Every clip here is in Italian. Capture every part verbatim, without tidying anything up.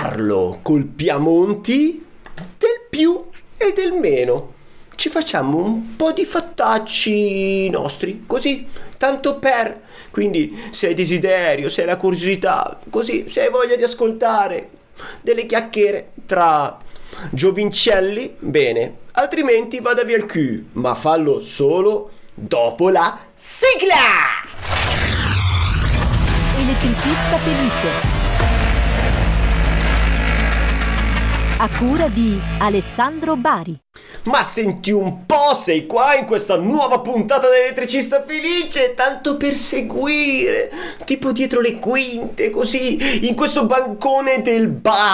parlo col Piamonti del più e del meno. Ci facciamo un po' di fattacci nostri, così, tanto per. Quindi se hai desiderio, se hai la curiosità, così, se hai voglia di ascoltare delle chiacchiere tra giovincelli, bene, altrimenti vada via il cul, ma fallo solo dopo la sigla! Elettricista felice, a cura di Alessandro Bari. Ma senti un po', sei qua in questa nuova puntata dell'Elettricista Felice, tanto per seguire, tipo dietro le quinte, così, in questo bancone del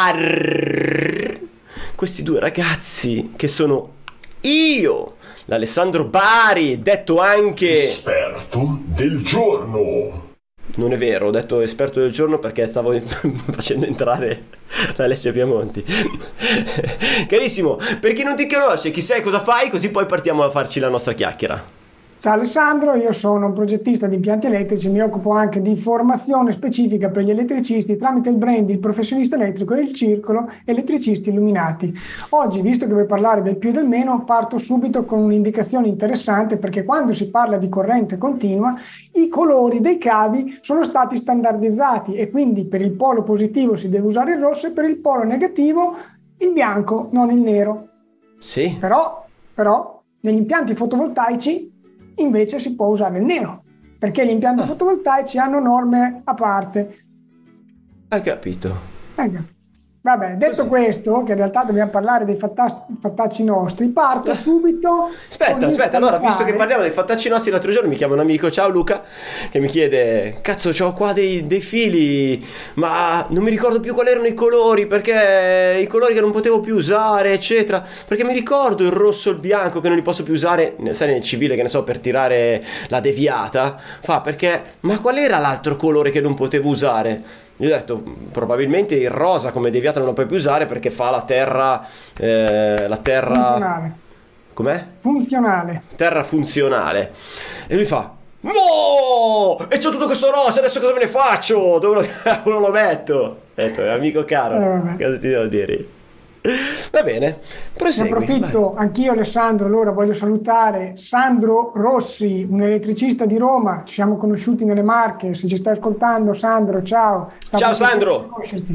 bar. Questi due ragazzi che sono io, l'Alessandro Bari, detto anche esperto del giorno. Non è vero, ho detto esperto del giorno perché stavo facendo entrare l'Alessio Piamonti. Carissimo, per chi non ti conosce, chi sei, cosa fai, così poi partiamo a farci la nostra chiacchiera. Ciao Alessandro, io sono un progettista di impianti elettrici, mi occupo anche di formazione specifica per gli elettricisti tramite il brand Il Professionista Elettrico e il Circolo Elettricisti Illuminati. Oggi, visto che vuoi parlare del più e del meno, parto subito con un'indicazione interessante, perché quando si parla di corrente continua, i colori dei cavi sono stati standardizzati e quindi per il polo positivo si deve usare il rosso e per il polo negativo il bianco, non il nero. Sì. Però, però negli impianti fotovoltaici invece si può usare il nero, perché gli impianti ah. fotovoltaici hanno norme a parte. Hai capito? Hai capito. Vabbè, detto Così. questo, che in realtà dobbiamo parlare dei fatta- fattacci nostri, parto subito. Aspetta, aspetta, allora, visto che parliamo dei fattacci nostri, l'altro giorno mi chiama un amico, ciao Luca, che mi chiede, cazzo, c'ho qua dei, dei fili, ma non mi ricordo più quali erano i colori, perché i colori che non potevo più usare, eccetera, perché mi ricordo il rosso e il bianco che non li posso più usare, sai, nel civile, che ne so, per tirare la deviata, fa, perché, ma qual era l'altro colore che non potevo usare? Io ho detto probabilmente il rosa come deviata non lo puoi più usare perché fa la terra eh, la terra funzionale. Com'è? Funzionale. Terra funzionale. E lui fa no! E c'ho tutto questo rosa, adesso cosa me ne faccio? Dove lo, lo metto? Ho detto, amico caro, eh, cosa ti devo dire? Va bene, prosegui. Ne approfitto vai. Anch'io Alessandro, allora voglio salutare Sandro Rossi, un elettricista di Roma, ci siamo conosciuti nelle Marche, se ci stai ascoltando Sandro, ciao. Stavo ciao Sandro.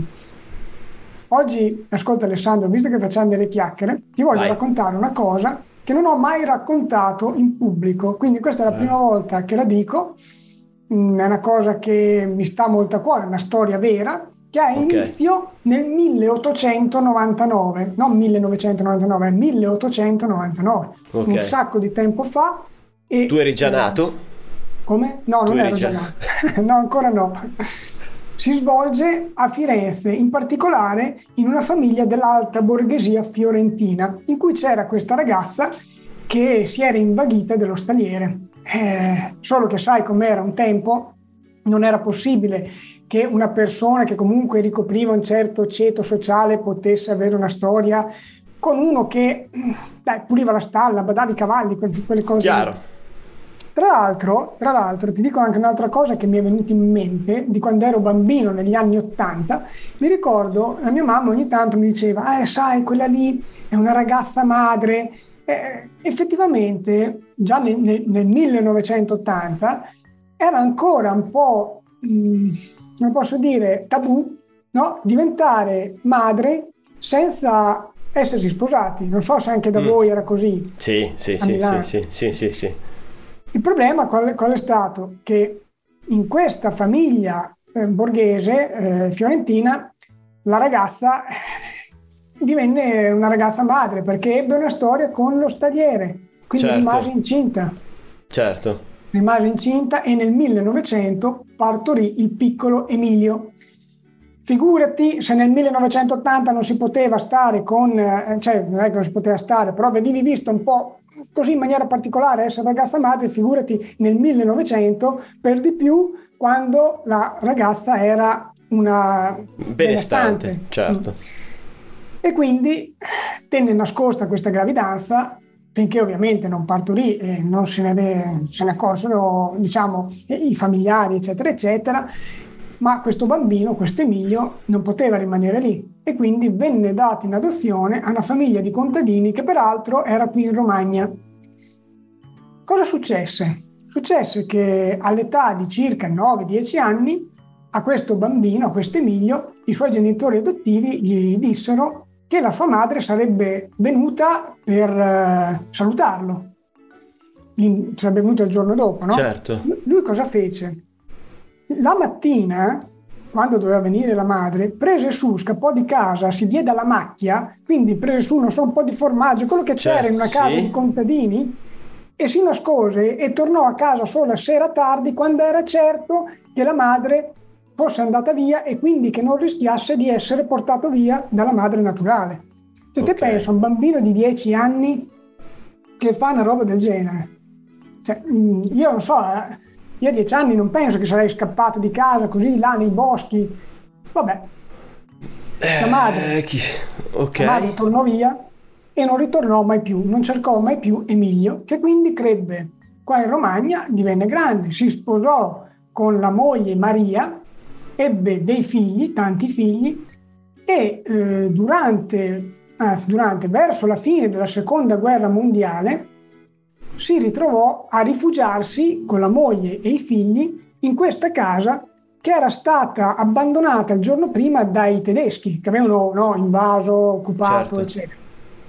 Oggi, ascolta Alessandro, visto che facciamo delle chiacchiere, ti voglio vai. raccontare una cosa che non ho mai raccontato in pubblico, quindi questa è la eh. prima volta che la dico, è una cosa che mi sta molto a cuore, una storia vera, che ha okay. inizio nel milleottocentonovantanove, non millenovecentonovantanove, milleottocentonovantanove, okay. un sacco di tempo fa. E tu eri già nato? Come? No, tu non ero già nato, no, ancora no. Si svolge a Firenze, in particolare in una famiglia dell'alta borghesia fiorentina, in cui c'era questa ragazza che si era invaghita dello staliere. Eh, solo che sai com'era un tempo, non era possibile che una persona che comunque ricopriva un certo ceto sociale potesse avere una storia con uno che dai, puliva la stalla, badava i cavalli, quelle cose. Chiaro. Tra l'altro, tra l'altro, ti dico anche un'altra cosa che mi è venuta in mente di quando ero bambino negli anni Ottanta. Mi ricordo, la mia mamma ogni tanto mi diceva, eh sai, quella lì è una ragazza madre. Eh, effettivamente, già nel, nel, nel millenovecentottanta era ancora un po'... Mh, non posso dire tabù, no? Diventare madre senza essersi sposati. Non so se anche da mm. voi era così. Sì, sì, sì, sì, sì, sì, sì, sì. Il problema qual, qual è stato? Che in questa famiglia eh, borghese eh, fiorentina la ragazza divenne una ragazza madre perché ebbe una storia con lo staliere, quindi certo. rimase incinta. Certo. Rimase incinta e nel millenovecento partorì il piccolo Emilio. Figurati se nel millenovecentottanta non si poteva stare con, eh, cioè non è che non si poteva stare, però venivi visto un po' così in maniera particolare essere ragazza madre, figurati nel millenovecento, per di più quando la ragazza era una benestante, benestante. Certo. E quindi tenne nascosta questa gravidanza finché ovviamente non partorì e non se ne, se ne accorsero, diciamo, i familiari, eccetera, eccetera. ma questo bambino, questo Emilio, non poteva rimanere lì e quindi venne dato in adozione a una famiglia di contadini che peraltro era qui in Romagna. Cosa successe? Successe che all'età di circa nove dieci anni a questo bambino, a questo Emilio, i suoi genitori adottivi gli dissero che la sua madre sarebbe venuta per uh, salutarlo. Gli sarebbe venuta il giorno dopo, no? Certo. Lui cosa fece? La mattina, quando doveva venire la madre, prese su, scappò di casa, si diede alla macchia, quindi prese su, non so, un po' di formaggio, quello che c'era Certo, in una casa sì. di contadini, e si nascose e tornò a casa solo a sera tardi, quando era certo che la madre fosse andata via e quindi che non rischiasse di essere portato via dalla madre naturale. Se te Okay. pensi a un bambino di dieci anni che fa una roba del genere, cioè, io non so, eh, io a dieci anni non penso che sarei scappato di casa così là nei boschi. Vabbè, la madre, Eh, chi... Ok. la madre tornò via e non ritornò mai più, non cercò mai più Emilio, che quindi crebbe qua in Romagna, divenne grande, si sposò con la moglie Maria, ebbe dei figli, tanti figli, e eh, durante, anzi, durante, verso la fine della seconda guerra mondiale si ritrovò a rifugiarsi con la moglie e i figli in questa casa che era stata abbandonata il giorno prima dai tedeschi che avevano, no, invaso, occupato, Certo. eccetera.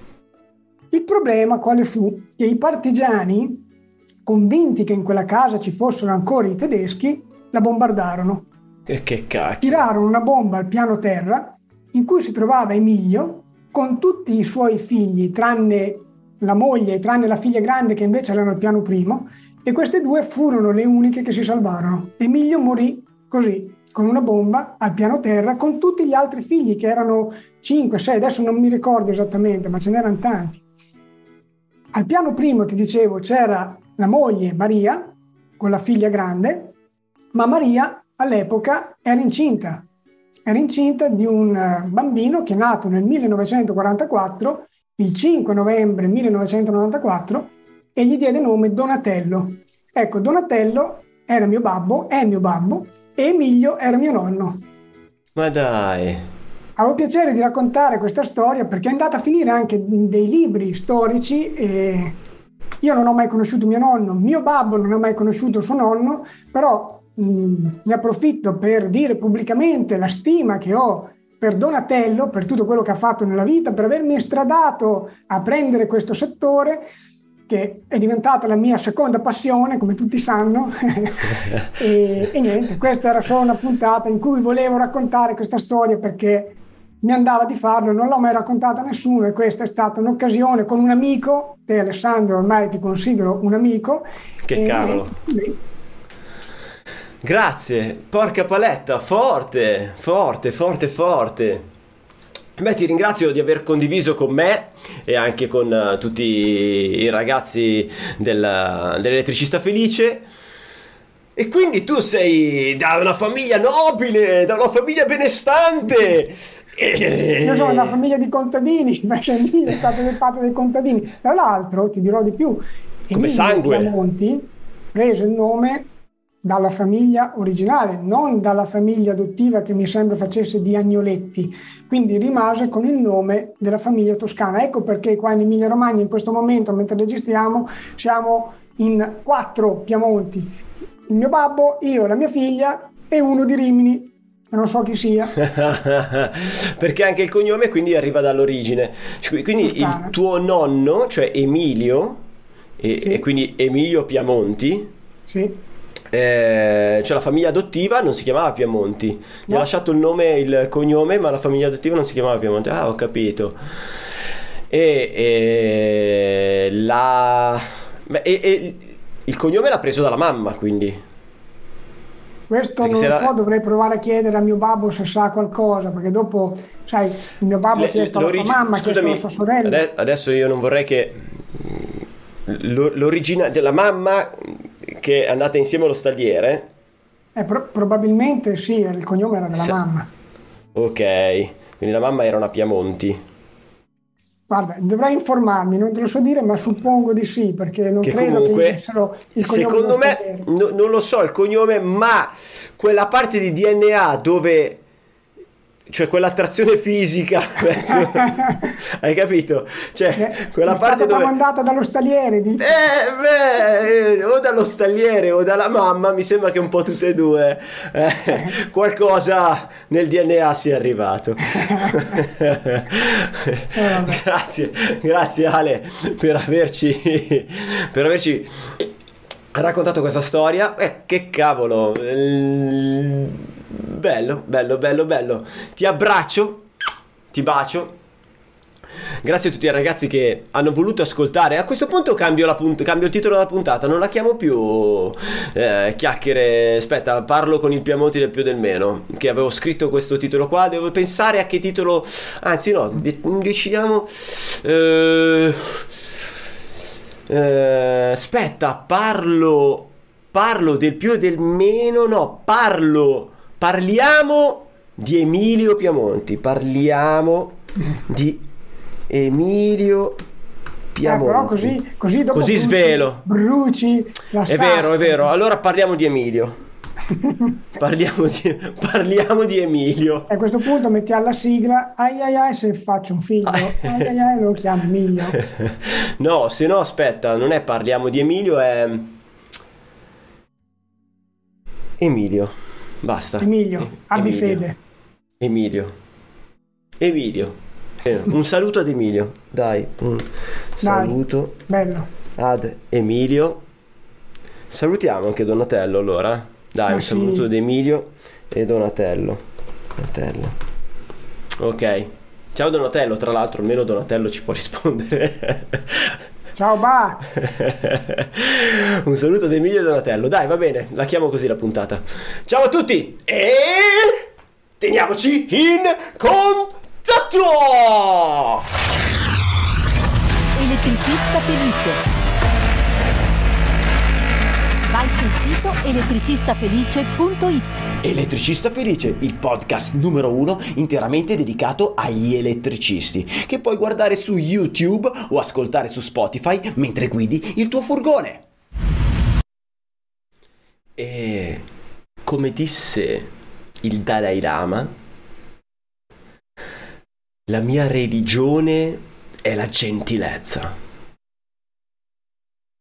Il problema quale fu? Che i partigiani, convinti che in quella casa ci fossero ancora i tedeschi, la bombardarono. E che cacchio. Tirarono una bomba al piano terra in cui si trovava Emilio con tutti i suoi figli, tranne la moglie e tranne la figlia grande che invece erano al piano primo, e queste due furono le uniche che si salvarono. Emilio morì così, con una bomba al piano terra, con tutti gli altri figli che erano cinque sei, adesso non mi ricordo esattamente, ma ce n'erano tanti. Al piano primo, ti dicevo, c'era la moglie Maria con la figlia grande, ma Maria all'epoca era incinta. Era incinta di un bambino che è nato nel millenovecentoquarantaquattro, il cinque novembre millenovecentonovantaquattro, e gli diede nome Donatello. Ecco, Donatello era mio babbo, è mio babbo, e Emilio era mio nonno. Ma dai. Avevo piacere di raccontare questa storia perché è andata a finire anche in dei libri storici e io non ho mai conosciuto mio nonno, mio babbo non ha mai conosciuto suo nonno, però mh, ne approfitto per dire pubblicamente la stima che ho per Donatello, per tutto quello che ha fatto nella vita, per avermi estradato a prendere questo settore che è diventata la mia seconda passione, come tutti sanno. e, e niente, questa era solo una puntata in cui volevo raccontare questa storia perché mi andava di farlo, non l'ho mai raccontata a nessuno e questa è stata un'occasione con un amico, te Alessandro ormai ti considero un amico. Che e, cavolo. E, Grazie, porca paletta, forte, forte, forte, forte. Beh, ti ringrazio di aver condiviso con me e anche con uh, tutti i ragazzi del, dell'Elettricista Felice. E quindi tu sei da una famiglia nobile, da una famiglia benestante. Io sono una famiglia di contadini, perché Emilio è stato del padre dei contadini. Tra l'altro, ti dirò di più, Come sangue. Piamonti prese il nome dalla famiglia originale, non dalla famiglia adottiva che mi sembra facesse di Agnoletti, quindi rimase con il nome della famiglia toscana. Ecco perché qua in Emilia Romagna in questo momento, mentre registriamo, siamo in quattro Piamonti: il mio babbo, io, la mia figlia e uno di Rimini, non so chi sia. Perché anche il cognome quindi arriva dall'origine. Quindi Toscana. Il tuo nonno, cioè Emilio, e, Sì. e quindi Emilio Piamonti, Sì. Eh, cioè la famiglia adottiva non si chiamava Piamonti, ti No. ha lasciato il nome, il cognome, ma la famiglia adottiva non si chiamava Piamonti. Ah, ho capito. E, e la beh, e, e il cognome l'ha preso dalla mamma, quindi. Questo Perché non se lo la- so, dovrei provare a chiedere a mio babbo se sa qualcosa, perché dopo, sai, il mio babbo ha chiesto alla sua l'origi- mamma, ha chiesto scusami, alla sua sorella. ade- adesso io non vorrei che l'o- l'origina della mamma che è andata insieme allo stagliere. Eh, pro- probabilmente sì, il cognome era della Sì. mamma. Ok, quindi la mamma era una Piamonti. Guarda, dovrei informarmi, non te lo so dire, ma suppongo di sì, perché non Che credo comunque, che avessero il cognome secondo dello me, Staglieri. no- non lo so il cognome, ma quella parte di D N A dove, cioè quell'attrazione fisica verso, hai capito? Cioè, Eh, quella è stata parte dove, tramandata dallo Stagliere, dici? eh, beh, o dallo stagliere o dalla mamma, mi sembra che un po' tutte e due, eh, qualcosa nel D N A sia arrivato. vabbè. Grazie, grazie Ale per averci, per averci raccontato questa storia. Eh, che cavolo, eh, bello, bello, bello, bello. Ti abbraccio, ti bacio. Grazie a tutti i ragazzi che hanno voluto ascoltare. A questo punto cambio, la punt- cambio il titolo della puntata. Non la chiamo più eh, chiacchiere. Aspetta, parlo con il Piemonte del più del meno. Che avevo scritto questo titolo qua. Devo pensare a che titolo. Anzi, no, de- decidiamo. Eh, eh, aspetta, parlo. Parlo del più e del meno. No, parlo. Parliamo di Emilio Piemonti. Parliamo di Emilio Eh, Piemonti. però così, così dopo Così bruci- svelo. bruci la È vero, sasta. è vero. Allora parliamo di Emilio. Parliamo di, parliamo di Emilio. E a questo punto metti alla sigla, ai ai ai se faccio un figlio, ai ai ai lo chiamo Emilio. No, se no, aspetta, non è parliamo di Emilio, è Emilio. Basta. Emilio, Eh, abbi Emilio. fede. Emilio. Emilio. Eh, Un saluto ad Emilio. Dai, un saluto Bello. ad Emilio. Salutiamo anche Donatello allora. Dai, Ma un sì. saluto ad Emilio e Donatello. Donatello. Ok. Ciao Donatello, tra l'altro almeno Donatello ci può rispondere. Ciao, ba! Un saluto ad Emilio e Donatello. Dai, va bene, la chiamo così la puntata. Ciao a tutti e teniamoci in contatto. Elettricista felice. Vai sul sito elettricistafelice punto it. Elettricista Felice, il podcast numero uno interamente dedicato agli elettricisti, che puoi guardare su YouTube o ascoltare su Spotify mentre guidi il tuo furgone. E come disse il Dalai Lama, la mia religione è la gentilezza.